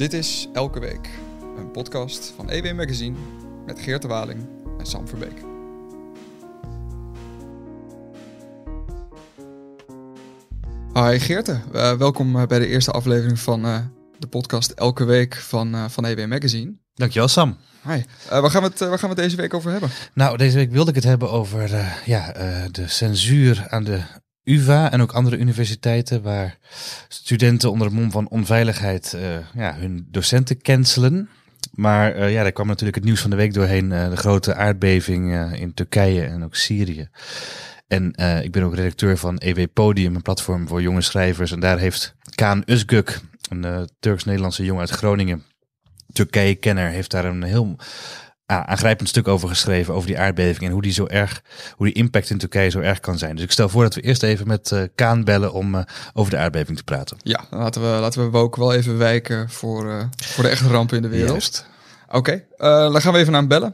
Dit is Elke Week, een podcast van EW Magazine met Geert de Waling en Sam Verbeek. Hi Geerte, welkom bij de eerste aflevering van de podcast Elke Week van EW Magazine. Dankjewel Sam. Hi, waar gaan we het deze week over hebben? Nou, deze week wilde ik het hebben over de censuur aan de UvA en ook andere universiteiten waar studenten onder het mom van onveiligheid hun docenten cancelen. Maar daar kwam natuurlijk het nieuws van de week doorheen, de grote aardbeving in Turkije en ook Syrië. En ik ben ook redacteur van EW Podium, een platform voor jonge schrijvers. En daar heeft Kaan Özgök, een Turks-Nederlandse jongen uit Groningen, Turkije-kenner, heeft daar een heel aangrijpend stuk over geschreven, over die aardbeving en hoe die impact in Turkije zo erg kan zijn. Dus ik stel voor dat we eerst even met Kaan bellen om over de aardbeving te praten. Ja, laten we ook wel even wijken voor de echte rampen in de wereld. Oké, dan gaan we even naar hem bellen.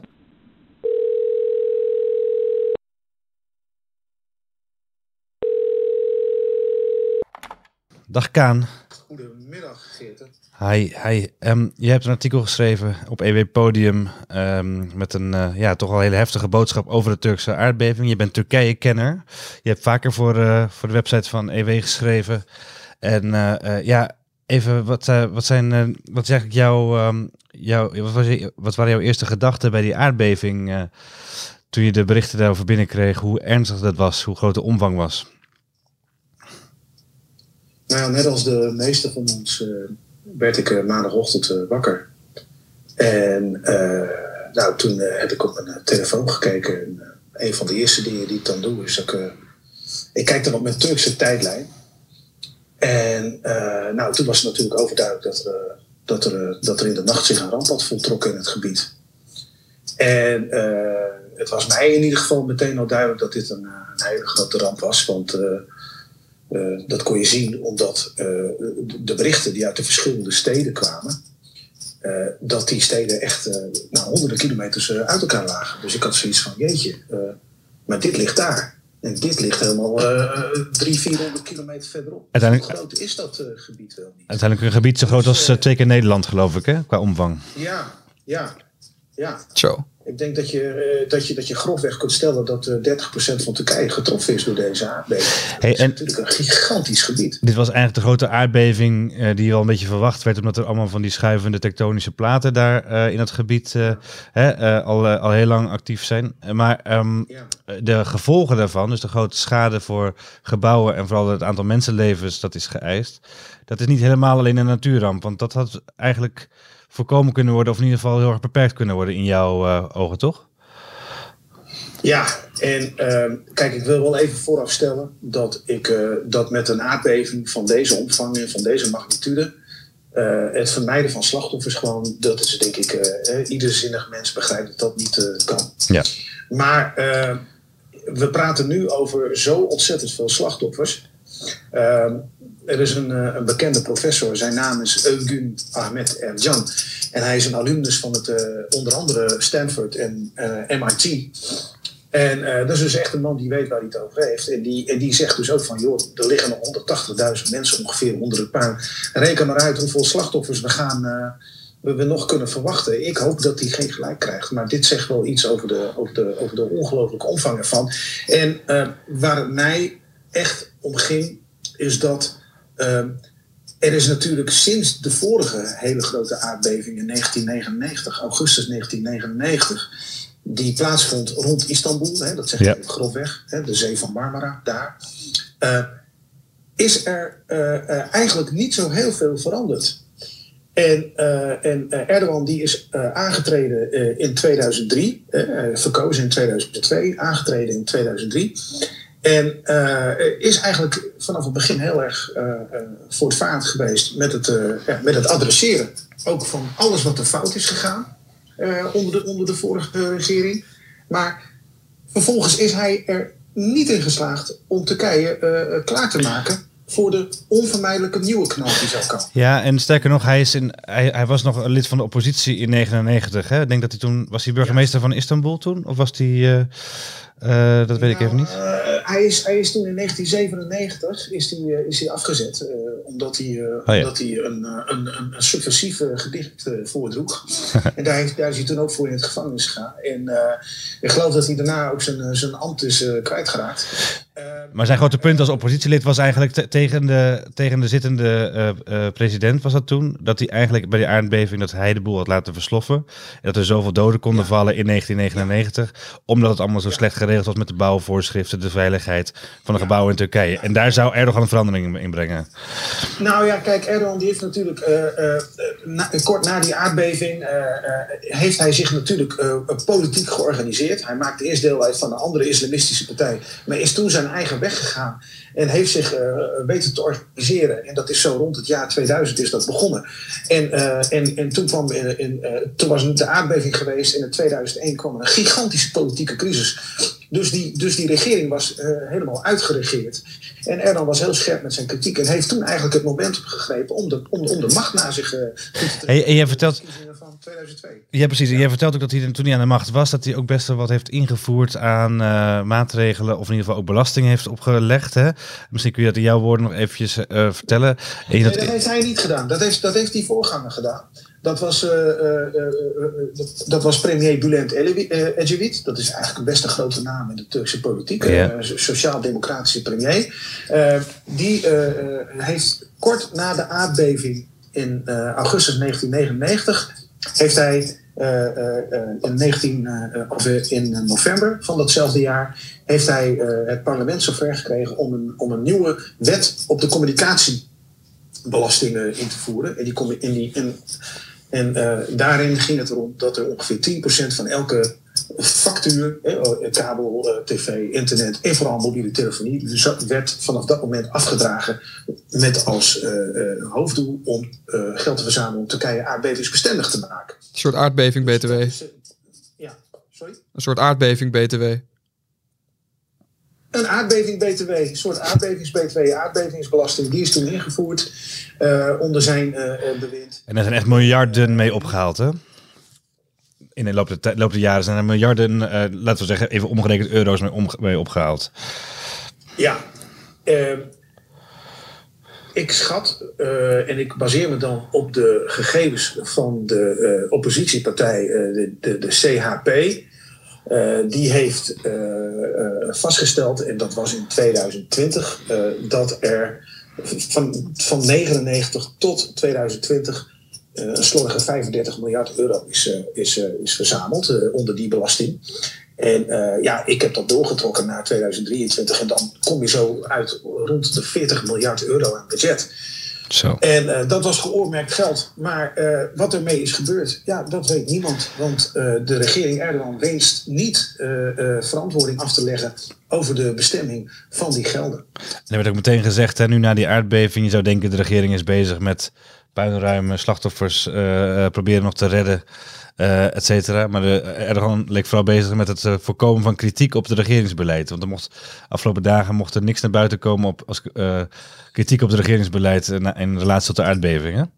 Dag Kaan. Goedemiddag Geert. Hi. Je hebt een artikel geschreven op EW Podium met een toch wel hele heftige boodschap over de Turkse aardbeving. Je bent Turkije-kenner. Je hebt vaker voor de website van EW geschreven. En even wat is eigenlijk wat waren jouw eerste gedachten bij die aardbeving toen je de berichten daarover binnenkreeg? Hoe ernstig dat was, hoe groot de omvang was? Nou ja, net als de meeste van ons werd ik maandagochtend wakker. En toen heb ik op mijn telefoon gekeken. En, een van de eerste dingen die ik dan doe is dat ik kijk dan op mijn Turkse tijdlijn. En toen was het natuurlijk overduidelijk dat er in de nacht zich een ramp had voltrokken in het gebied. En het was mij in ieder geval meteen al duidelijk dat dit een hele grote ramp was. Want dat kon je zien omdat de berichten die uit de verschillende steden kwamen, dat die steden echt honderden kilometers uit elkaar lagen. Dus ik had zoiets van, jeetje, maar dit ligt daar. En dit ligt helemaal 300-400 kilometer verderop. Hoe groot is dat gebied wel niet? Uiteindelijk een gebied zo groot als 2 keer Nederland, geloof ik, hè, qua omvang. Ja. Zo. Ik denk dat je grofweg kunt stellen dat 30% van Turkije getroffen is door deze aardbeving. Dat is natuurlijk een gigantisch gebied. Dit was eigenlijk de grote aardbeving die wel een beetje verwacht werd, omdat er allemaal van die schuivende tektonische platen daar in het gebied al heel lang actief zijn. Maar de gevolgen daarvan, dus de grote schade voor gebouwen en vooral het aantal mensenlevens dat is geëist, dat is niet helemaal alleen een natuurramp. Want dat had eigenlijk voorkomen kunnen worden, of in ieder geval heel erg beperkt kunnen worden in jouw ogen, toch? Ja, en kijk, ik wil wel even vooraf stellen dat ik dat met een aardbeving van deze omvang en van deze magnitude, het vermijden van slachtoffers gewoon, dat is denk ik, ieder zinnig mens begrijpt dat niet kan. Ja. Maar we praten nu over zo ontzettend veel slachtoffers. Er is een bekende professor, zijn naam is Özgün Ahmet Ercan. En hij is een alumnus van het onder andere Stanford en MIT. En dat is dus echt een man die weet waar hij het over heeft. En die zegt dus ook van, joh, er liggen nog 180.000 mensen ongeveer onder het puin. Reken maar uit hoeveel slachtoffers we nog kunnen verwachten. Ik hoop dat hij geen gelijk krijgt. Maar dit zegt wel iets over de ongelooflijke omvang ervan. En waar het mij echt om ging, is dat er is natuurlijk sinds de vorige hele grote aardbeving in 1999, augustus 1999, die plaatsvond rond Istanbul, dat zeg ik grofweg, de zee van Marmara, daar, is er eigenlijk niet zo heel veel veranderd. En Erdogan die is aangetreden in 2003, verkozen in 2002, aangetreden in 2003. En is eigenlijk vanaf het begin heel erg voortvarend geweest met het adresseren. Ook van alles wat er fout is gegaan onder de vorige regering. Maar vervolgens is hij er niet in geslaagd om Turkije klaar te maken voor de onvermijdelijke nieuwe knal die zou komen. Ja, en sterker nog, hij was nog een lid van de oppositie in 1999. Hè? Ik denk dat hij toen, was hij burgemeester van Istanbul toen? Of was hij, dat weet ik even niet. hij is toen in 1997 is hij afgezet. Omdat hij een subversief gedicht voordroeg. En daar is hij toen ook voor in het gevangenis gegaan. En ik geloof dat hij daarna ook zijn ambt is kwijtgeraakt. Maar zijn grote punt als oppositielid was eigenlijk tegen de zittende president, was dat toen? Dat hij eigenlijk bij die aardbeving, dat hij de boel had laten versloffen. En dat er zoveel doden konden vallen in 1999. Omdat het allemaal zo slecht geregeld was met de bouwvoorschriften, de veiligheid van de gebouwen in Turkije. En daar zou Erdogan een verandering in brengen. Nou ja, kijk, Erdogan die heeft natuurlijk kort na die aardbeving heeft hij zich natuurlijk politiek georganiseerd. Hij maakte eerst deel uit van een andere islamistische partij, maar is toen zijn eigen weg gegaan en heeft zich weten te organiseren. En dat is zo rond het jaar 2000 is dat begonnen. En toen toen was de aardbeving geweest en in 2001 kwam een gigantische politieke crisis. Dus die regering was helemaal uitgeregeerd. En Erdogan was heel scherp met zijn kritiek en heeft toen eigenlijk het momentum gegrepen om de macht naar zich te trekken. En jij vertelt van 2002. Ja, precies. En jij vertelt ook dat hij toen hij aan de macht was, dat hij ook best wel wat heeft ingevoerd aan maatregelen, of in ieder geval ook belasting heeft opgelegd. Hè? Misschien kun je dat in jouw woorden nog eventjes vertellen. Nee, dat heeft hij niet gedaan. Dat heeft die voorganger gedaan. Dat was premier Bülent Ecevit. Dat is eigenlijk een best een grote naam in de Turkse politiek. Ja. Sociaal-democratische premier. Die heeft kort na de aardbeving in augustus 1999... heeft hij in november van datzelfde jaar heeft hij het parlement zover gekregen om een nieuwe wet op de communicatiebelastingen in te voeren. En daarin ging het erom dat er ongeveer 10% van elke factuur, kabel, tv, internet en vooral mobiele telefonie, dus werd vanaf dat moment afgedragen met als hoofddoel om geld te verzamelen om Turkije aardbevingsbestendig te maken. Een soort aardbeving BTW. Ja, sorry? Een soort aardbeving BTW. Een aardbeving BTW, een soort aardbevings-BTW, aardbevingsbelasting, die is toen ingevoerd onder zijn bewind. En er zijn echt miljarden mee opgehaald, hè? In de loop der jaren zijn er miljarden, laten we zeggen, even omgerekend euro's mee opgehaald. Ja, ik schat, en ik baseer me dan op de gegevens van de oppositiepartij, de CHP. Die heeft vastgesteld, en dat was in 2020, dat er van 99 tot 2020 een slordige 35 miljard euro is verzameld onder die belasting. En ik heb dat doorgetrokken naar 2023 en dan kom je zo uit rond de 40 miljard euro aan budget. Zo. En dat was geoormerkt geld. Maar wat ermee is gebeurd, ja, dat weet niemand. Want de regering Erdogan wenst niet verantwoording af te leggen over de bestemming van die gelden. Er werd ook meteen gezegd, hè, nu na die aardbeving, je zou denken de regering is bezig met puinruimen, slachtoffers proberen nog te redden, et cetera. Maar Erdogan leek vooral bezig met het voorkomen van kritiek op het regeringsbeleid. Want afgelopen dagen mocht er niks naar buiten komen als kritiek op het regeringsbeleid in relatie tot de aardbeving. Hè?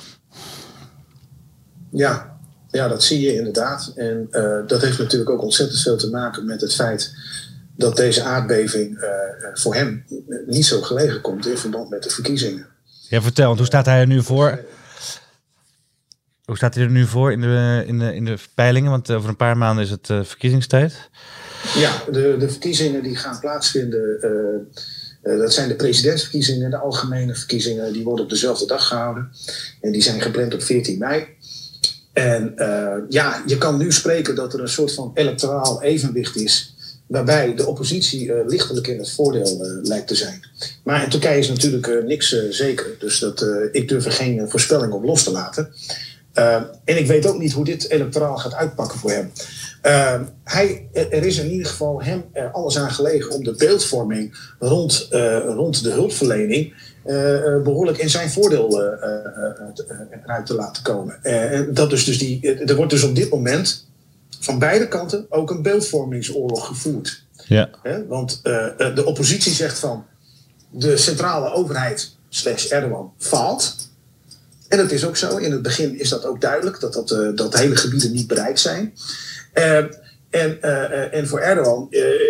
Ja, dat zie je inderdaad. En dat heeft natuurlijk ook ontzettend veel te maken met het feit dat deze aardbeving voor hem niet zo gelegen komt in verband met de verkiezingen. Ja, vertel, want hoe staat hij er nu voor? Hoe staat hij er nu voor in de peilingen? Want over een paar maanden is het verkiezingstijd. Ja, de verkiezingen die gaan plaatsvinden. Dat zijn de presidentsverkiezingen, de algemene verkiezingen. Die worden op dezelfde dag gehouden. En die zijn gepland op 14 mei. En je kan nu spreken dat er een soort van electoraal evenwicht is, waarbij de oppositie lichtelijk in het voordeel lijkt te zijn. Maar in Turkije is natuurlijk niks zeker. Dus ik durf er geen voorspelling op los te laten. En ik weet ook niet hoe dit electoraal gaat uitpakken voor hem. Er is in ieder geval hem alles aan gelegen om de beeldvorming rond de hulpverlening behoorlijk in zijn voordeel eruit te laten komen. Er wordt dus op dit moment van beide kanten ook een beeldvormingsoorlog gevoerd. Ja. Want de oppositie zegt van de centrale overheid / Erdogan faalt. En dat is ook zo. In het begin is dat ook duidelijk dat hele gebieden niet bereikt zijn. En voor Erdogan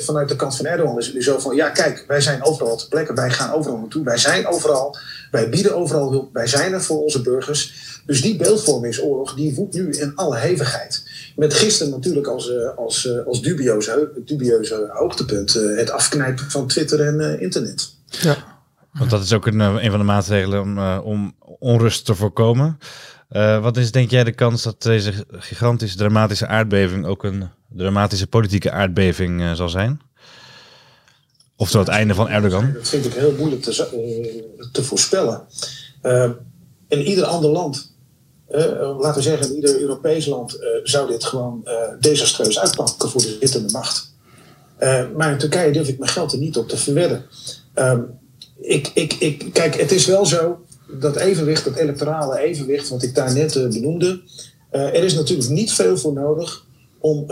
vanuit de kant van Erdogan is het nu zo van... ja, kijk, wij zijn overal ter plekke, wij gaan overal naartoe. Wij zijn overal, wij bieden overal hulp, wij zijn er voor onze burgers. Dus die beeldvormingsoorlog, die woedt nu in alle hevigheid. Met gisteren natuurlijk als dubieuze hoogtepunt... het afknijpen van Twitter en internet. Ja. Want dat is ook een van de maatregelen om onrust te voorkomen. Wat is, denk jij, de kans dat deze gigantische, dramatische aardbeving ook een dramatische politieke aardbeving zal zijn? Oftewel het einde van Erdogan? Dat vind ik heel moeilijk te voorspellen. In ieder ander land, laten we zeggen in ieder Europees land, zou dit gewoon desastreus uitpakken voor de zittende macht. Maar in Turkije durf ik mijn geld er niet op te verwedden. Kijk, het is wel zo, dat evenwicht, dat electorale evenwicht wat ik daar net benoemde, er is natuurlijk niet veel voor nodig om,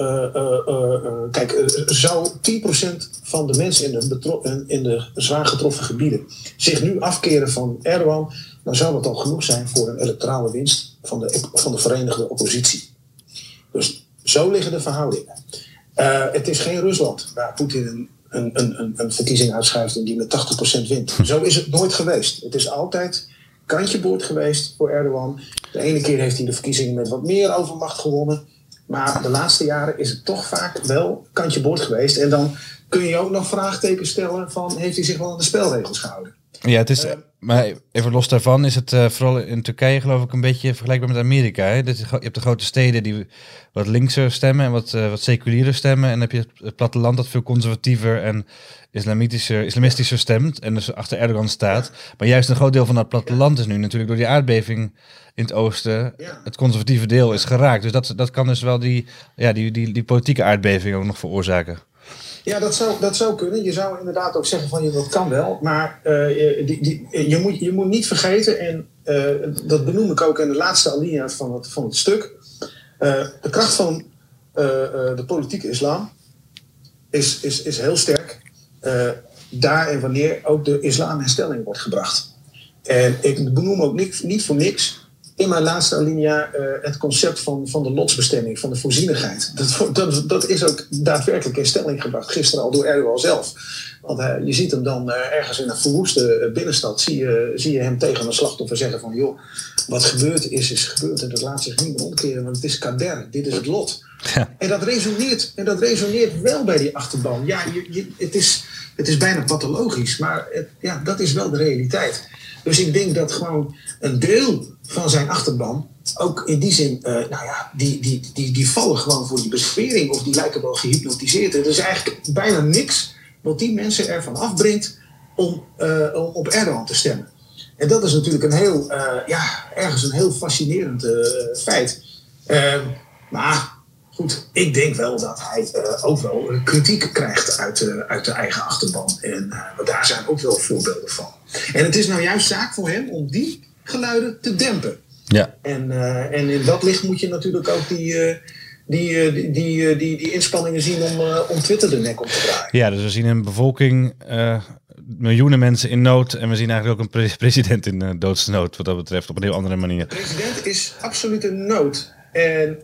zou 10% van de mensen in de zwaar getroffen gebieden zich nu afkeren van Erdogan, dan zou dat al genoeg zijn voor een electorale winst van de Verenigde Oppositie. Dus zo liggen de verhoudingen. Het is geen Rusland waar Poetin een verkiezing uitschuift en die met 80% wint. Zo is het nooit geweest. Het is altijd kantje boord geweest voor Erdogan. De ene keer heeft hij de verkiezingen met wat meer overmacht gewonnen. Maar de laatste jaren is het toch vaak wel kantje boord geweest. En dan kun je ook nog vraagtekens stellen van... heeft hij zich wel aan de spelregels gehouden? Ja, het is, maar even los daarvan is het vooral in Turkije geloof ik een beetje vergelijkbaar met Amerika. Hè? Je hebt de grote steden die wat linkser stemmen en wat seculierer stemmen. En dan heb je het platteland dat veel conservatiever en islamistischer stemt. En dus achter Erdogan staat. Maar juist een groot deel van dat platteland is nu natuurlijk door die aardbeving in het oosten. Het conservatieve deel is geraakt. Dus dat kan dus wel die politieke aardbeving ook nog veroorzaken. Ja, dat zou kunnen. Je zou inderdaad ook zeggen van dat kan wel. Maar je moet niet vergeten, en dat benoem ik ook in de laatste alinea van het stuk. De kracht van de politieke islam is heel sterk. Daar en wanneer ook de islam in stelling wordt gebracht. En ik benoem ook niet voor niks in mijn laatste alinea het concept van de lotsbestemming, van de voorzienigheid. Dat is ook daadwerkelijk in stelling gebracht, gisteren al door Erdogan zelf. Want je ziet hem dan ergens in een verwoeste binnenstad, zie je hem tegen een slachtoffer zeggen van joh, wat gebeurd is gebeurd en dat laat zich niet meer omkeren, want het is kader, dit is het lot. Ja. En dat resoneert wel bij die achterban. Ja, het is bijna pathologisch, maar dat is wel de realiteit. Dus ik denk dat gewoon een deel van zijn achterban, ook in die zin, die vallen gewoon voor die besmering of die lijken wel gehypnotiseerd. Er is eigenlijk bijna niks wat die mensen ervan afbrengt om op Erdogan te stemmen. En dat is natuurlijk ergens een heel fascinerend feit. Maar goed, ik denk wel dat hij ook wel kritiek krijgt uit de eigen achterban. En daar zijn ook wel voorbeelden van. En het is nou juist zaak voor hem om die geluiden te dempen. Ja. En in dat licht moet je natuurlijk ook die inspanningen zien om Twitter de nek om te draaien. Ja, dus we zien een bevolking, miljoenen mensen in nood. En we zien eigenlijk ook een president in doodsnood wat dat betreft op een heel andere manier. De president is absoluut in nood. En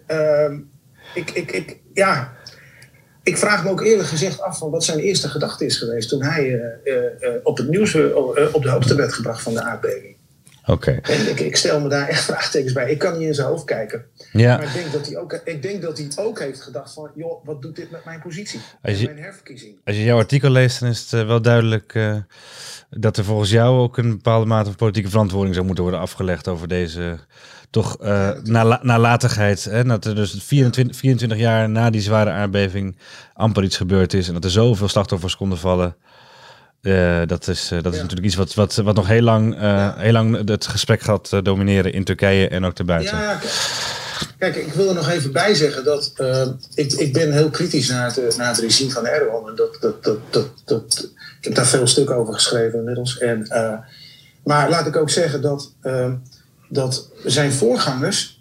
ik vraag me ook eerlijk gezegd af van wat zijn eerste gedachte is geweest toen hij op het nieuws op de hoogte werd gebracht van de aardbeving. Okay. En ik stel me daar echt vraagtekens bij. Ik kan niet in zijn hoofd kijken. Ja. Maar ik denk dat hij ook heeft gedacht van joh, wat doet dit met mijn positie? Met mijn herverkiezing? Als je jouw artikel leest, dan is het wel duidelijk dat er volgens jou ook een bepaalde mate van politieke verantwoording zou moeten worden afgelegd over deze toch nalatigheid. Hè? Dat er dus 24 jaar na die zware aardbeving amper iets gebeurd is en dat er zoveel slachtoffers konden vallen. Dat is natuurlijk iets wat nog heel lang het gesprek gaat domineren in Turkije en ook daarbuiten. Ja, kijk, ik wil er nog even bij zeggen dat ik ben heel kritisch naar het regime van Erdogan. En ik heb daar veel stukken over geschreven inmiddels. Maar laat ik ook zeggen dat zijn voorgangers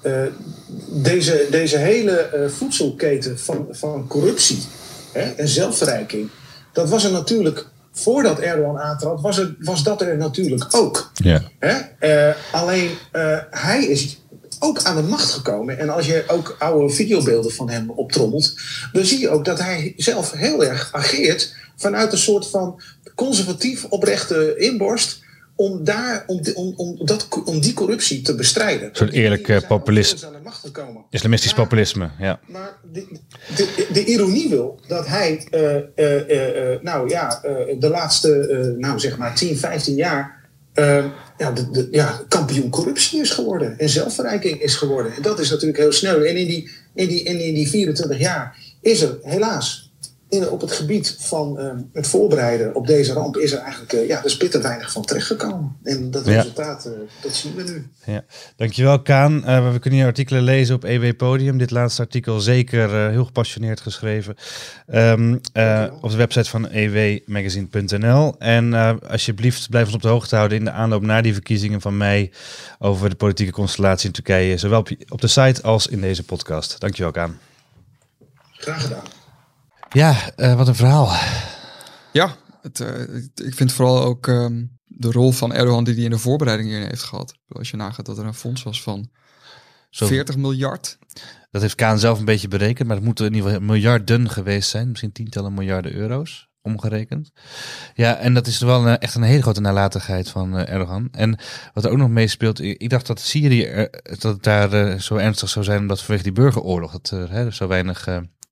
deze hele voedselketen van corruptie en zelfverrijking, dat was er natuurlijk. Voordat Erdogan aantrad, was dat er natuurlijk ook. Ja. Alleen hij is ook aan de macht gekomen. En als je ook oude videobeelden van hem optrommelt, dan zie je ook dat hij zelf heel erg ageert vanuit een soort van conservatief oprechte inborst om die corruptie te bestrijden. Een soort eerlijk populisme. Islamistisch populisme, ja. Maar de ironie wil dat hij de laatste zeg maar 10, 15 jaar kampioen corruptie is geworden en zelfverrijking is geworden. En dat is natuurlijk heel sneu. En in die 24 jaar is er helaas op het gebied van het voorbereiden op deze ramp is er eigenlijk er is bitter weinig van terechtgekomen. En dat resultaat, dat zien we nu. Ja. Dankjewel, Kaan. We kunnen hier artikelen lezen op EW Podium. Dit laatste artikel zeker heel gepassioneerd geschreven. Op de website van ewmagazine.nl. En alsjeblieft blijf ons op de hoogte houden in de aanloop naar die verkiezingen van mei over de politieke constellatie in Turkije. Zowel op de site als in deze podcast. Dankjewel, Kaan. Graag gedaan. Ja, wat een verhaal. Ja, ik vind vooral ook de rol van Erdogan die hij in de voorbereiding hierin heeft gehad. Als je nagaat dat er een fonds was van 40 miljard. Dat heeft Kaan zelf een beetje berekend, maar het moeten in ieder geval miljarden geweest zijn. Misschien tientallen miljarden euro's omgerekend. Ja, en dat is wel echt een hele grote nalatigheid van Erdogan. En wat er ook nog meespeelt, ik dacht dat Syrië, dat het daar zo ernstig zou zijn, omdat vanwege die burgeroorlog, dat er zo weinig...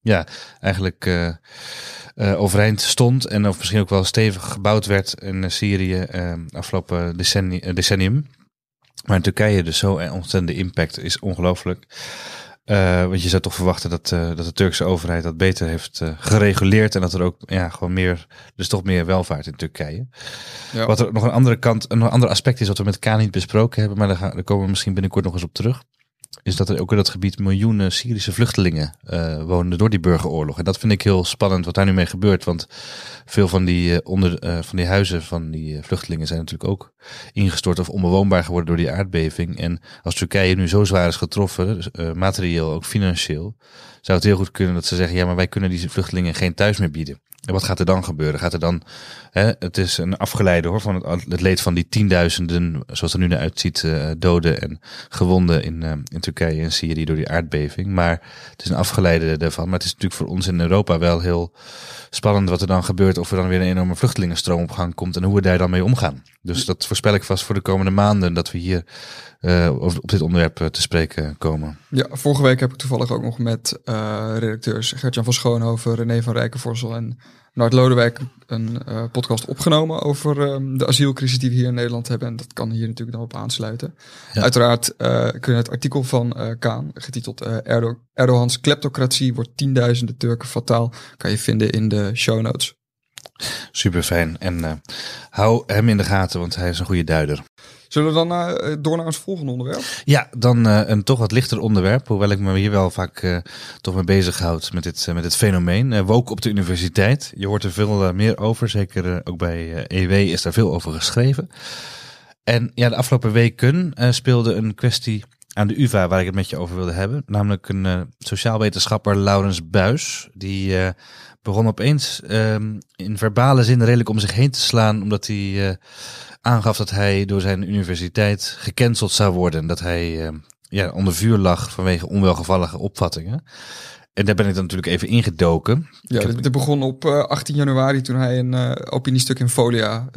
overeind stond en of misschien ook wel stevig gebouwd werd in Syrië afgelopen decennium. Maar in Turkije dus zo ontzettende impact is ongelooflijk. Want je zou toch verwachten dat de Turkse overheid dat beter heeft gereguleerd en dat er ook gewoon meer, dus toch meer welvaart in Turkije. Ja. Wat er nog een ander aspect is wat we met Kaan niet besproken hebben, maar daar komen we misschien binnenkort nog eens op terug. Is dat er ook in dat gebied miljoenen Syrische vluchtelingen woonden door die burgeroorlog. En dat vind ik heel spannend wat daar nu mee gebeurt. Want veel van die huizen van die vluchtelingen zijn natuurlijk ook ingestort of onbewoonbaar geworden door die aardbeving. En als Turkije nu zo zwaar is getroffen, materieel, ook financieel, zou het heel goed kunnen dat ze zeggen, ja, maar wij kunnen die vluchtelingen geen thuis meer bieden. En wat gaat er dan gebeuren? Gaat er dan, het is een afgeleide van het leed van die tienduizenden, zoals er nu naar uitziet, doden en gewonden in Turkije en Syrië door die aardbeving. Maar het is een afgeleide daarvan. Maar het is natuurlijk voor ons in Europa wel heel spannend wat er dan gebeurt, of er dan weer een enorme vluchtelingenstroom op gang komt en hoe we daar dan mee omgaan. Dus dat voorspel ik vast voor de komende maanden, dat we hier op dit onderwerp te spreken komen. Ja, vorige week heb ik toevallig ook nog met redacteurs Gert-Jan van Schoonhoven, René van Rijkenvorsel en Nart Lodewijk een podcast opgenomen over de asielcrisis die we hier in Nederland hebben. En dat kan hier natuurlijk dan op aansluiten. Ja. Uiteraard kun je het artikel van Kaan, getiteld Erdogans kleptocratie wordt tienduizenden Turken fataal, kan je vinden in de show notes. Super fijn. En hou hem in de gaten, want hij is een goede duider. Zullen we dan door naar ons volgende onderwerp? Ja, dan een toch wat lichter onderwerp. Hoewel ik me hier wel vaak toch mee bezighoud met dit fenomeen. Woke op de universiteit. Je hoort er veel meer over. Zeker ook bij EW is daar veel over geschreven. En ja, de afgelopen weken speelde een kwestie aan de UvA waar ik het met je over wilde hebben. Namelijk een sociaal wetenschapper, Laurens Buys. Die begon opeens in verbale zin redelijk om zich heen te slaan, omdat hij aangaf dat hij door zijn universiteit gecanceld zou worden. Dat hij onder vuur lag vanwege onwelgevallige opvattingen. En daar ben ik dan natuurlijk even ingedoken. Ja, dit begon op 18 januari toen hij een opiniestuk in Folia,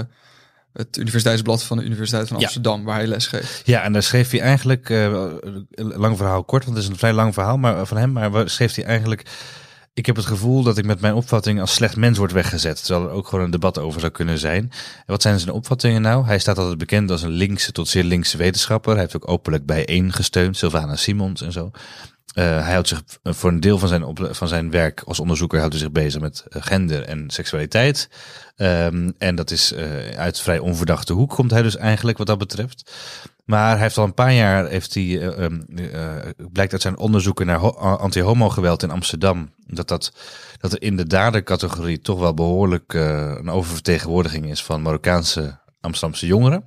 het universiteitsblad van de Universiteit van Amsterdam, waar hij les geeft. Ja, en daar schreef hij eigenlijk, lang verhaal kort, want het is een vrij lang verhaal maar van hem, maar schreef hij eigenlijk: ik heb het gevoel dat ik met mijn opvatting als slecht mens word weggezet. Terwijl er ook gewoon een debat over zou kunnen zijn. En wat zijn zijn opvattingen nou? Hij staat altijd bekend als een linkse tot zeer linkse wetenschapper. Hij heeft ook openlijk bijeen gesteund, Sylvana Simons en zo. Hij houdt zich voor een deel van zijn werk als onderzoeker houdt hij zich bezig met gender en seksualiteit. En dat is uit vrij onverdachte hoek komt hij dus eigenlijk wat dat betreft. Maar hij heeft al een paar jaar, blijkt uit zijn onderzoeken naar anti-homo-geweld in Amsterdam, dat er in de dadercategorie toch wel behoorlijk een oververtegenwoordiging is van Marokkaanse Amsterdamse jongeren.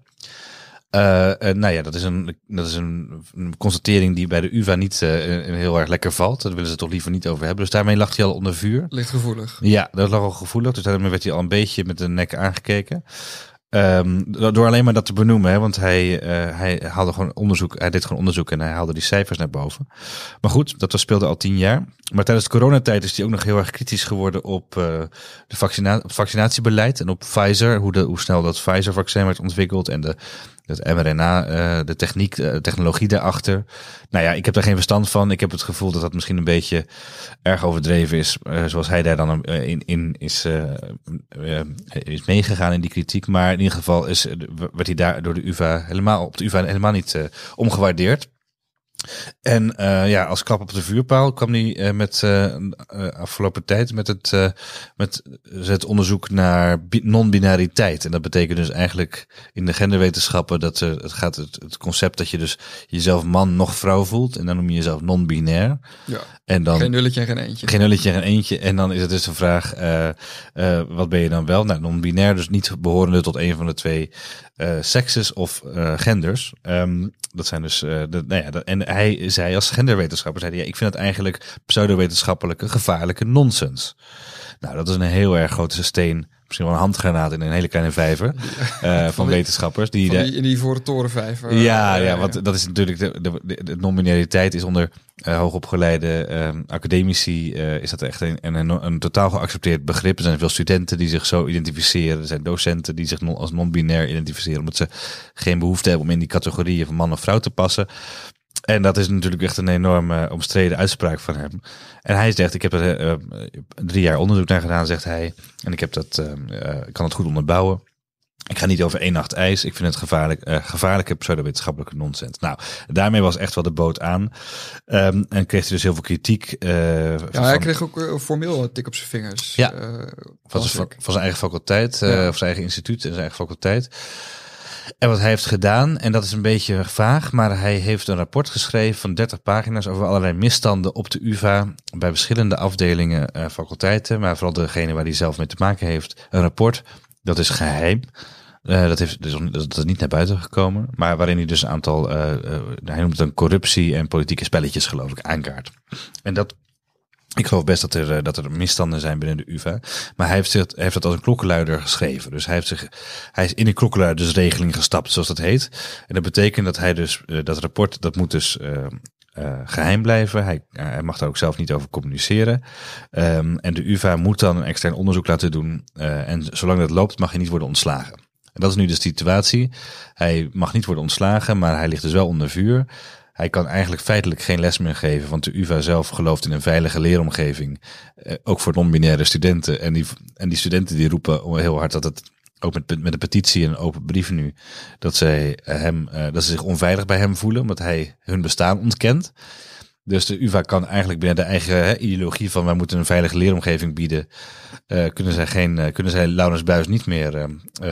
Dat is een constatering die bij de UvA niet heel erg lekker valt. Daar willen ze toch liever niet over hebben. Dus daarmee lag hij al onder vuur. Ligt gevoelig. Ja, dat lag al gevoelig. Dus daarmee werd hij al een beetje met de nek aangekeken. Door alleen maar dat te benoemen, hè, want hij haalde gewoon onderzoek, hij deed gewoon onderzoek en hij haalde die cijfers naar boven. Maar goed, dat speelde al 10 jaar. Maar tijdens de coronatijd is hij ook nog heel erg kritisch geworden op het vaccinatiebeleid en op Pfizer, hoe snel dat Pfizer-vaccin werd ontwikkeld en het mRNA, de technologie daarachter. Nou ja, ik heb daar geen verstand van. Ik heb het gevoel dat dat misschien een beetje erg overdreven is. Zoals hij daar dan is meegegaan in die kritiek. Maar in ieder geval werd hij daar door de UvA helemaal niet omgewaardeerd. En als klap op de vuurpaal kwam hij afgelopen tijd met het onderzoek naar non-binariteit. En dat betekent dus eigenlijk in de genderwetenschappen dat het concept dat je dus jezelf man noch vrouw voelt. En dan noem je jezelf non-binair. Ja. En dan, geen nulletje en geen eentje. Geen nulletje en geen eentje. En dan is het dus de vraag, wat ben je dan wel? Nou, non-binair, dus niet behorende tot een van de twee sekses of genders. Dat zijn dus, en hij zei als genderwetenschapper, ik vind het eigenlijk pseudowetenschappelijke gevaarlijke nonsens. Nou, dat is een heel erg grote steen, misschien wel een handgranaat in een hele kleine vijver van wetenschappers. In die Ivoren Torenvijver. Ja, want dat is natuurlijk de non-binariteit is onder hoogopgeleide academici is dat echt een totaal geaccepteerd begrip. Er zijn veel studenten die zich zo identificeren. Er zijn docenten die zich als non-binair identificeren, omdat ze geen behoefte hebben om in die categorieën van man of vrouw te passen. En dat is natuurlijk echt een enorm omstreden uitspraak van hem. En hij zegt, ik heb er 3 jaar onderzoek naar gedaan, zegt hij. En ik kan het goed onderbouwen. Ik ga niet over 1 nacht ijs. Ik vind het gevaarlijke pseudowetenschappelijke nonsens. Nou, daarmee was echt wel de boot aan. En kreeg hij dus heel veel kritiek. Hij kreeg ook formeel een tik op zijn vingers. Ja, van zijn eigen faculteit. Of zijn eigen instituut en zijn eigen faculteit. En wat hij heeft gedaan, en dat is een beetje vaag, maar hij heeft een rapport geschreven van 30 pagina's over allerlei misstanden op de UvA bij verschillende afdelingen, faculteiten, maar vooral degene waar hij zelf mee te maken heeft. Een rapport, dat is geheim. Dat is niet naar buiten gekomen, maar waarin hij dus een aantal, hij noemt het een corruptie en politieke spelletjes geloof ik, aankaart. En ik geloof best dat er misstanden zijn binnen de UvA. Maar hij heeft dat als een klokkenluider geschreven. Dus hij is in de klokkenluidersregeling gestapt, zoals dat heet. En dat betekent dat hij dus, dat rapport, dat moet dus geheim blijven. Hij mag daar ook zelf niet over communiceren. En de UvA moet dan een extern onderzoek laten doen. En zolang dat loopt, mag hij niet worden ontslagen. En dat is nu de situatie. Hij mag niet worden ontslagen, maar hij ligt dus wel onder vuur. Hij kan eigenlijk feitelijk geen les meer geven, want de UvA zelf gelooft in een veilige leeromgeving. Ook voor non-binaire studenten. En die studenten die roepen heel hard dat het, ook met een petitie en een open brief nu, dat ze zich onveilig bij hem voelen, omdat hij hun bestaan ontkent. Dus de UvA kan eigenlijk binnen de eigen ideologie van wij moeten een veilige leeromgeving bieden, kunnen zij Laurens Buijs niet meer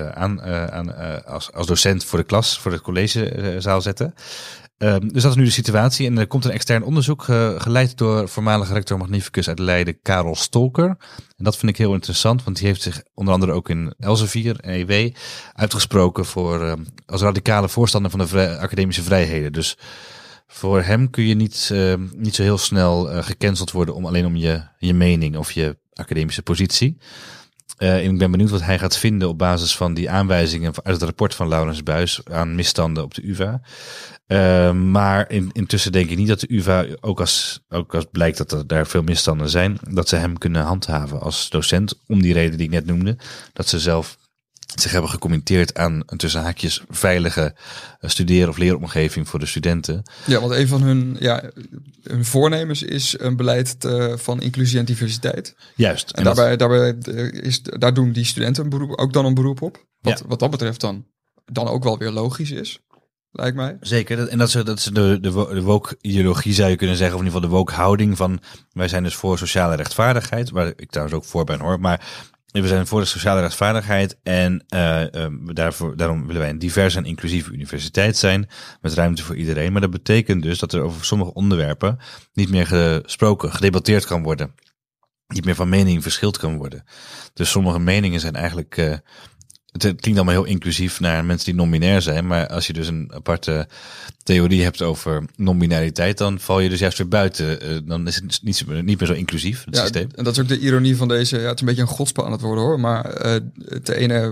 als docent voor de klas, voor de collegezaal zetten. Dus dat is nu de situatie. En er komt een extern onderzoek geleid door voormalige rector magnificus uit Leiden, Karel Stolker. En dat vind ik heel interessant, want die heeft zich onder andere ook in Elsevier en EW uitgesproken als radicale voorstander van de academische vrijheden. Dus voor hem kun je niet zo heel snel gecanceld worden alleen om je mening of je academische positie. Ik ben benieuwd wat hij gaat vinden op basis van die aanwijzingen uit het rapport van Laurens Buijs aan misstanden op de UvA. Maar intussen denk ik niet dat de UvA, ook als blijkt dat er daar veel misstanden zijn, dat ze hem kunnen handhaven als docent. Om die reden die ik net noemde. Dat ze zelf zich hebben gecommitteerd aan een tussen haakjes veilige studeren- of leeromgeving voor de studenten. Ja, want een van hun voornemens is een beleid van inclusie en diversiteit. Juist. En daar doen die studenten een beroep op. Wat dat betreft dan ook wel weer logisch is. Lijkt mij. Zeker. En dat is de woke-ideologie zou je kunnen zeggen. Of in ieder geval de woke-houding van wij zijn dus voor sociale rechtvaardigheid. Waar ik trouwens ook voor ben hoor. Maar we zijn voor de sociale rechtvaardigheid. En daarom willen wij een diverse en inclusieve universiteit zijn. Met ruimte voor iedereen. Maar dat betekent dus dat er over sommige onderwerpen niet meer gedebatteerd kan worden. Niet meer van mening verschild kan worden. Dus sommige meningen zijn eigenlijk het klinkt allemaal heel inclusief naar mensen die non-binair zijn. Maar als je dus een aparte theorie hebt over non-binariteit, dan val je dus juist weer buiten. Dan is het niet meer zo inclusief, het systeem. En dat is ook de ironie van deze. Ja, het is een beetje een godspe aan het worden hoor. Maar de ene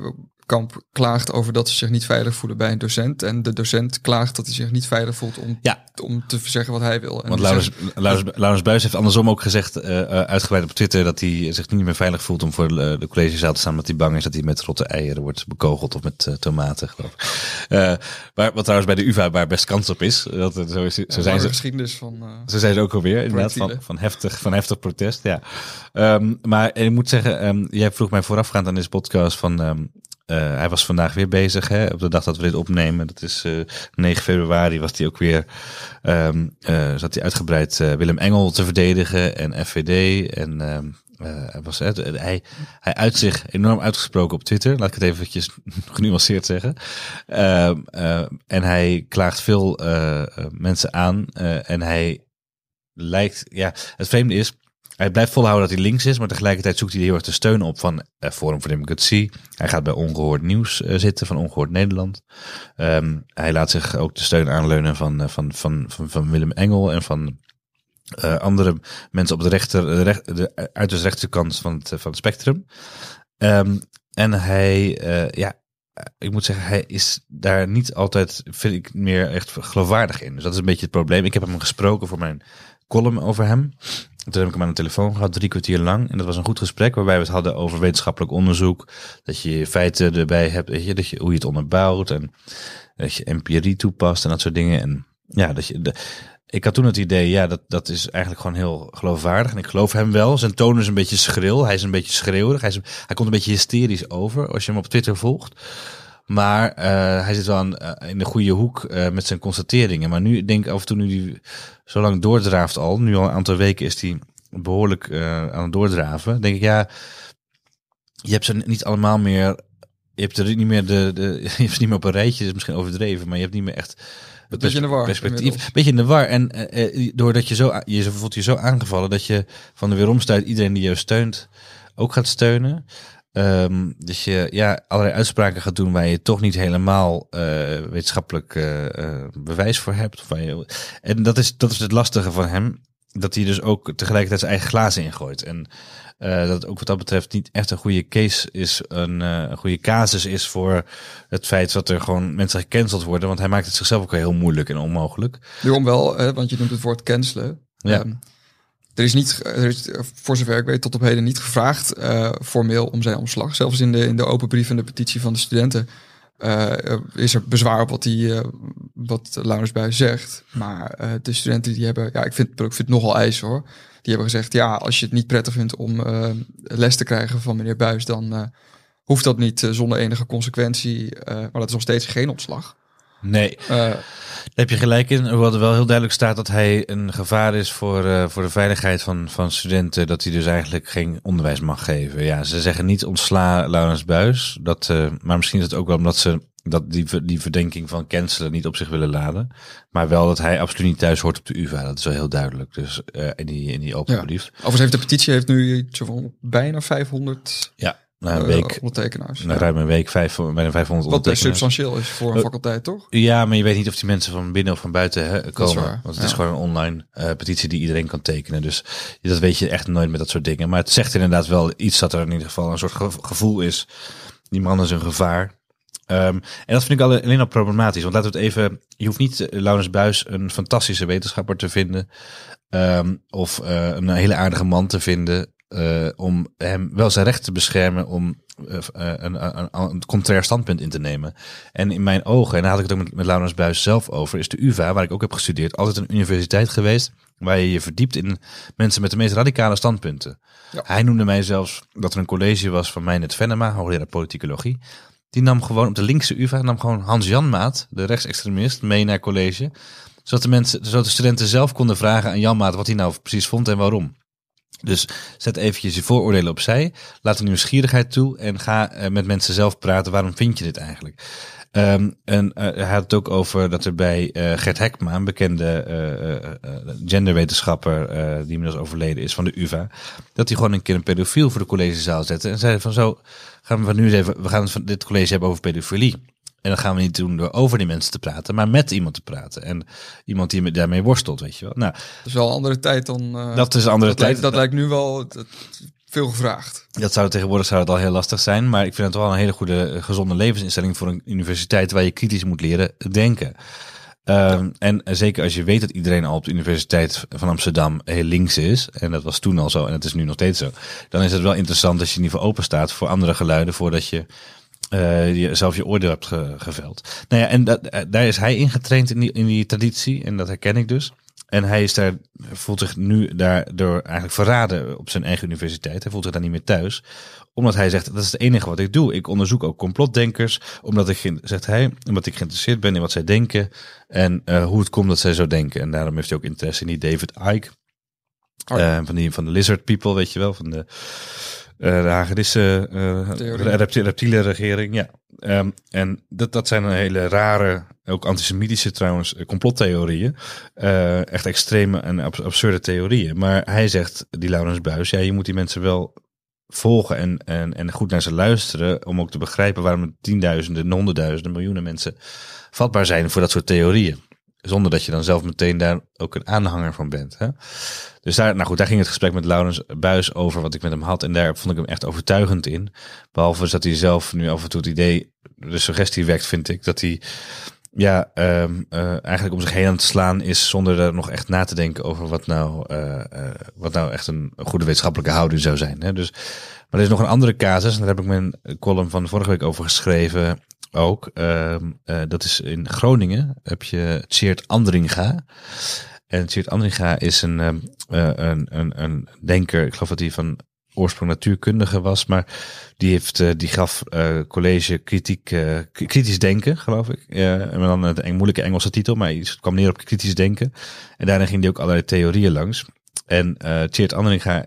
kamp klaagt over dat ze zich niet veilig voelen bij een docent. En de docent klaagt dat hij zich niet veilig voelt om te zeggen wat hij wil. En want Laurens Buijs heeft andersom ook gezegd, uitgebreid op Twitter, dat hij zich niet meer veilig voelt om voor de collegezaal te staan, omdat hij bang is dat hij met rotte eieren wordt bekogeld of met tomaten, geloof ik. Wat trouwens bij de UvA waar best kans op is. Zo zijn ze geschiedenis van. Zo zijn ze ook alweer, inderdaad, van heftig protest. Ja. Maar ik moet zeggen, jij vroeg mij voorafgaand aan deze podcast van. Hij was vandaag weer bezig, hè, op de dag dat we dit opnemen. Dat is 9 februari was hij ook weer. Zat hij uitgebreid Willem Engel te verdedigen en FVD. En hij uit zich enorm uitgesproken op Twitter. Laat ik het eventjes genuanceerd zeggen. En hij klaagt veel mensen aan. En hij lijkt, het vreemde is, hij blijft volhouden dat hij links is, maar tegelijkertijd zoekt hij heel erg de steun op van Forum voor Democratie. Hij gaat bij Ongehoord Nieuws zitten, van Ongehoord Nederland. Hij laat zich ook de steun aanleunen van Willem Engel en van andere mensen op de uiterst rechterkant van het spectrum. En hij, ik moet zeggen, hij is daar niet altijd, vind ik, meer echt geloofwaardig in. Dus dat is een beetje het probleem. Ik heb hem gesproken voor mijn column over hem. Toen heb ik hem aan de telefoon gehad, 3 kwartier lang. En dat was een goed gesprek waarbij we het hadden over wetenschappelijk onderzoek. Dat je feiten erbij hebt, weet je, hoe je het onderbouwt. En dat je empirie toepast en dat soort dingen. En ja, ik had toen het idee, dat is eigenlijk gewoon heel geloofwaardig. En ik geloof hem wel. Zijn toon is een beetje schril. Hij is een beetje schreeuwerig. Hij komt een beetje hysterisch over als je hem op Twitter volgt. Maar hij zit wel in de goede hoek met zijn constateringen. Maar nu denk ik af en toe, nu hij zo lang doordraaft al, nu al een aantal weken is hij behoorlijk aan het doordraven. Denk ik, je hebt ze niet allemaal meer, je hebt er niet meer je hebt ze niet meer op een rijtje, dat is misschien overdreven, maar je hebt niet meer echt het beetje in de war, perspectief. Beetje in de war. En doordat je voelt je zo aangevallen dat je van de weeromstuit iedereen die jou steunt ook gaat steunen. Dus je allerlei uitspraken gaat doen waar je toch niet helemaal wetenschappelijk bewijs voor hebt. En dat is het lastige van hem. Dat hij dus ook tegelijkertijd zijn eigen glazen ingooit. En dat het ook wat dat betreft niet echt een goede case is, een goede casus is voor het feit dat er gewoon mensen gecanceld worden. Want hij maakt het zichzelf ook heel moeilijk en onmogelijk. Waarom wel, want je noemt het woord cancelen. Ja. Er is voor zover ik weet tot op heden niet gevraagd formeel om zijn ontslag. Zelfs in de open brief en de petitie van de studenten is er bezwaar op wat Laurens Buijs zegt. Maar de studenten die hebben, ik vind het nogal ijs hoor. Die hebben gezegd, als je het niet prettig vindt om les te krijgen van meneer Buijs, dan hoeft dat niet zonder enige consequentie. Maar dat is nog steeds geen ontslag. Nee, daar heb je gelijk in. Hoewel er wel heel duidelijk staat dat hij een gevaar is voor de veiligheid van studenten. Dat hij dus eigenlijk geen onderwijs mag geven. Ja, ze zeggen niet ontsla Laurens Buijs. Maar misschien is het ook wel omdat ze die verdenking van cancelen niet op zich willen laden. Maar wel dat hij absoluut niet thuis hoort op de UvA. Dat is wel heel duidelijk. Dus in die open brief. Overigens heeft de petitie nu bijna 500... Ja. Een week, ondertekenaars. Ruim een week, bijna 500 Wat ondertekenaars. Substantieel is voor een faculteit, toch? Ja, maar je weet niet of die mensen van binnen of van buiten komen. Want het is gewoon een online petitie die iedereen kan tekenen. Dus dat weet je echt nooit met dat soort dingen. Maar het zegt inderdaad wel iets dat er in ieder geval een soort gevoel is. Die man is een gevaar. En dat vind ik alleen al problematisch. Want laten we het even... Je hoeft niet Laurens Buijs een fantastische wetenschapper te vinden. Of een hele aardige man te vinden. Om hem wel zijn recht te beschermen om een contrair standpunt in te nemen. En in mijn ogen, en daar had ik het ook met Laurens Buijs zelf over, is de UvA, waar ik ook heb gestudeerd, altijd een universiteit geweest waar je je verdiept in mensen met de meest radicale standpunten. Ja. Hij noemde mij zelfs dat er een college was van Meinet Venema, hoogleraar politicologie. Die nam gewoon op de linkse UvA, Hans Janmaat, de rechtsextremist, mee naar college. Zodat de studenten zelf konden vragen aan Janmaat wat hij nou precies vond en waarom. Dus zet eventjes je vooroordelen opzij, laat de nieuwsgierigheid toe en ga met mensen zelf praten. Waarom vind je dit eigenlijk? En hij had het ook over dat er bij Gert Hekma, een bekende genderwetenschapper die inmiddels overleden is van de UvA, dat hij gewoon een keer een pedofiel voor de collegezaal zette en zei van zo, we gaan dit college hebben over pedofilie. En dat gaan we niet doen door over die mensen te praten, maar met iemand te praten. En iemand die daarmee worstelt, weet je wel. Nou, dat is wel een andere tijd dan... dat is een andere tijd. Dat lijkt nu wel... veel gevraagd. Tegenwoordig zou het al heel lastig zijn, maar ik vind het wel een hele goede, gezonde levensinstelling voor een universiteit waar je kritisch moet leren denken. En zeker als je weet dat iedereen al op de Universiteit van Amsterdam heel links is, en dat was toen al zo en het is nu nog steeds zo, dan is het wel interessant dat je in ieder geval open staat voor andere geluiden voordat je zelf je oordeel hebt geveld. Nou ja, en daar is hij ingetraind in die traditie en dat herken ik dus. En hij voelt zich nu daardoor eigenlijk verraden op zijn eigen universiteit. Hij voelt zich daar niet meer thuis. Omdat hij zegt, dat is het enige wat ik doe. Ik onderzoek ook complotdenkers. Omdat ik geïnteresseerd ben in wat zij denken. En hoe het komt dat zij zo denken. En daarom heeft hij ook interesse in die David Icke. Van de Lizard People, weet je wel. Van de Hagedische reptiele regering. Ja. En dat zijn een hele rare, ook antisemitische trouwens, complottheorieën. Echt extreme en absurde theorieën. Maar hij zegt, die Laurens Buijs, ja, je moet die mensen wel volgen en goed naar ze luisteren. Om ook te begrijpen waarom tienduizenden, honderdduizenden, miljoenen mensen vatbaar zijn voor dat soort theorieën. Zonder dat je dan zelf meteen daar ook een aanhanger van bent. Hè? Dus daar ging het gesprek met Laurens Buijs over wat ik met hem had. En daar vond ik hem echt overtuigend in. Behalve dat hij zelf nu af en toe het idee, de suggestie wekt, vind ik, dat hij eigenlijk om zich heen aan het slaan is zonder er nog echt na te denken over wat nou echt een goede wetenschappelijke houding zou zijn. Hè? Dus, maar er is nog een andere casus, en daar heb ik mijn column van vorige week over geschreven ook. Dat is in Groningen heb je Tjeerd Andringa. En Tjeerd Andringa is een denker, ik geloof dat hij van oorsprong natuurkundige was, maar die gaf college kritisch denken, geloof ik. En dan een moeilijke Engelse titel, maar het kwam neer op kritisch denken. En daarna ging hij ook allerlei theorieën langs. En Tjeerd Andringa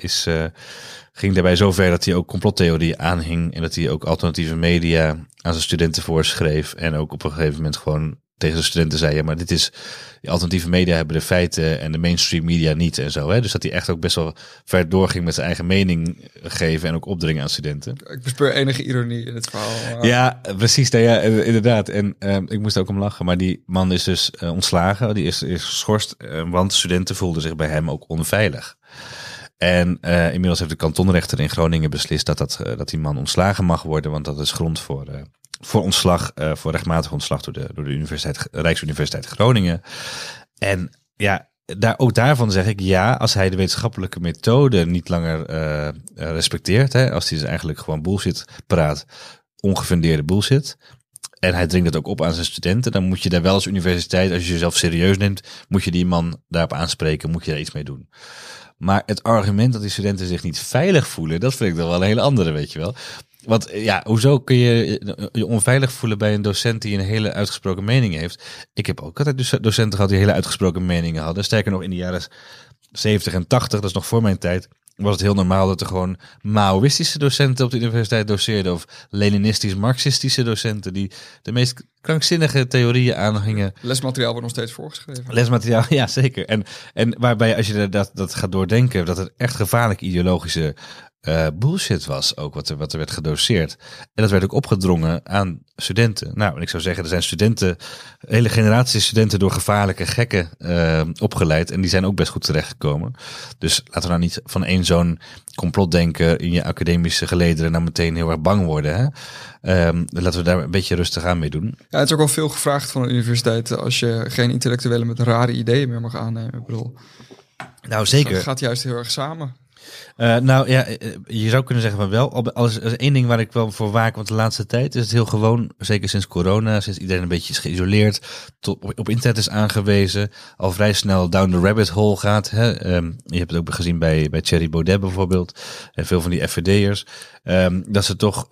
ging daarbij zo ver dat hij ook complottheorieën aanhing en dat hij ook alternatieve media aan zijn studenten voorschreef en ook op een gegeven moment gewoon tegen de studenten zei, ja, maar die alternatieve media hebben de feiten en de mainstream media niet en zo. Hè? Dus dat hij echt ook best wel ver doorging met zijn eigen mening geven en ook opdringen aan studenten. Ik bespeur enige ironie in het verhaal. Maar... Ja, precies. Nou ja, inderdaad. En ik moest ook om lachen, maar die man is dus ontslagen. Die is geschorst, want studenten voelden zich bij hem ook onveilig. En inmiddels heeft de kantonrechter in Groningen beslist dat die man ontslagen mag worden, want dat is grond voor ontslag, voor rechtmatig ontslag door de Rijksuniversiteit Groningen. En ja, ook daarvan zeg ik ja, als hij de wetenschappelijke methode niet langer respecteert, hè, als hij dus eigenlijk gewoon bullshit praat, ongefundeerde bullshit, en hij dringt dat ook op aan zijn studenten, dan moet je daar wel als universiteit, als je jezelf serieus neemt, moet je die man daarop aanspreken, moet je daar iets mee doen. Maar het argument dat die studenten zich niet veilig voelen, dat vind ik dan wel een hele andere, weet je wel. Want ja, hoezo kun je je onveilig voelen bij een docent die een hele uitgesproken mening heeft? Ik heb ook altijd docenten gehad die hele uitgesproken meningen hadden. Sterker nog, in de jaren 70 en 80, dat is nog voor mijn tijd, was het heel normaal dat er gewoon Maoïstische docenten op de universiteit doceerden of Leninistisch-Marxistische docenten die de meest krankzinnige theorieën aanhingen. Lesmateriaal wordt nog steeds voorgeschreven. Lesmateriaal, ja zeker. En waarbij als je dat gaat doordenken, dat het echt gevaarlijk ideologische bullshit was ook wat er werd gedoseerd. En dat werd ook opgedrongen aan studenten. Nou, en ik zou zeggen, er zijn studenten, hele generaties studenten door gevaarlijke gekken opgeleid. En die zijn ook best goed terechtgekomen. Dus laten we nou niet van één zo'n complotdenker in je academische gelederen nou meteen heel erg bang worden. Hè? Laten we daar een beetje rustig aan mee doen. Ja, het is ook wel veel gevraagd van de universiteit als je geen intellectuelen met rare ideeën meer mag aannemen. Ik bedoel, nou zeker. Dat gaat juist heel erg samen. Nou ja, je zou kunnen zeggen van wel. Als één ding waar ik wel voor waak, want de laatste tijd is het heel gewoon, zeker sinds corona, sinds iedereen een beetje is geïsoleerd, op internet is aangewezen, al vrij snel down the rabbit hole gaat. Hè? Je hebt het ook gezien bij Thierry Baudet bijvoorbeeld, en veel van die FVD'ers, dat ze toch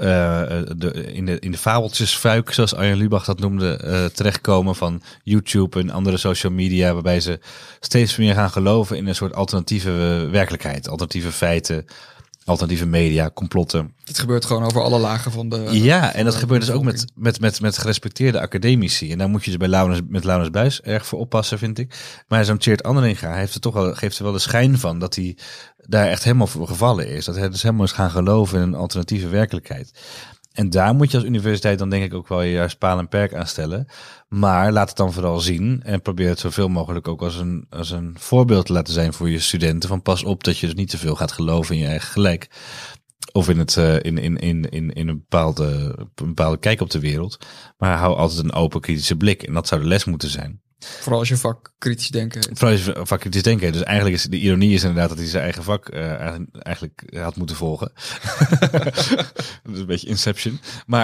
in de fabeltjesfuik, zoals Arjen Lubach dat noemde, terechtkomen van YouTube en andere social media, waarbij ze steeds meer gaan geloven in een soort alternatieve werkelijkheid, alternatieve feiten, alternatieve media, complotten. Het gebeurt gewoon over alle lagen van de... Ja, en dat gebeurt dus ook met gerespecteerde academici. En daar moet je dus met Laurens Buijs erg voor oppassen, vind ik. Maar zo'n Tjeerd Andringa geeft er wel de schijn van dat hij daar echt helemaal voor gevallen is. Dat hij dus helemaal is gaan geloven in een alternatieve werkelijkheid. En daar moet je als universiteit dan denk ik ook wel juist paal en perk aan stellen. Maar laat het dan vooral zien en probeer het zoveel mogelijk ook als een voorbeeld te laten zijn voor je studenten. Van pas op dat je dus niet te veel gaat geloven in je eigen gelijk. Of in een bepaalde kijk op de wereld. Maar hou altijd een open kritische blik. En dat zou de les moeten zijn. Vooral als je vak kritisch denken heet. Vooral als je vak kritisch denken heet. Dus eigenlijk is de ironie is inderdaad dat hij zijn eigen vak eigenlijk had moeten volgen. Dat is een beetje Inception.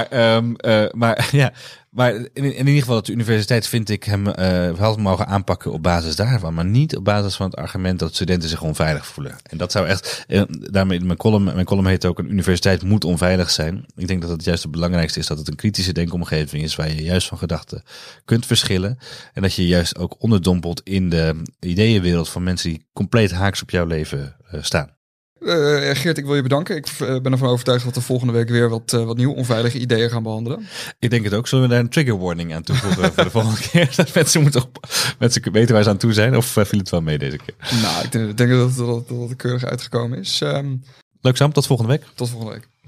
Maar in ieder geval dat de universiteit vind ik hem wel mogen aanpakken op basis daarvan. Maar niet op basis van het argument dat studenten zich onveilig voelen. En dat zou echt, daarmee mijn column heet ook een universiteit moet onveilig zijn. Ik denk dat het juist het belangrijkste is dat het een kritische denkomgeving is waar je juist van gedachten kunt verschillen. En dat je juist ook onderdompelt in de ideeënwereld van mensen die compleet haaks op jouw leven staan. Geert, ik wil je bedanken. Ik ben ervan overtuigd dat we volgende week weer wat nieuwe onveilige ideeën gaan behandelen. Ik denk het ook. Zullen we daar een trigger warning aan toevoegen voor de volgende keer? Dat mensen weten waar ze aan toe zijn? Of viel het wel mee deze keer? Nou, ik denk dat het keurig uitgekomen is. Leuk Sam, tot volgende week. Tot volgende week.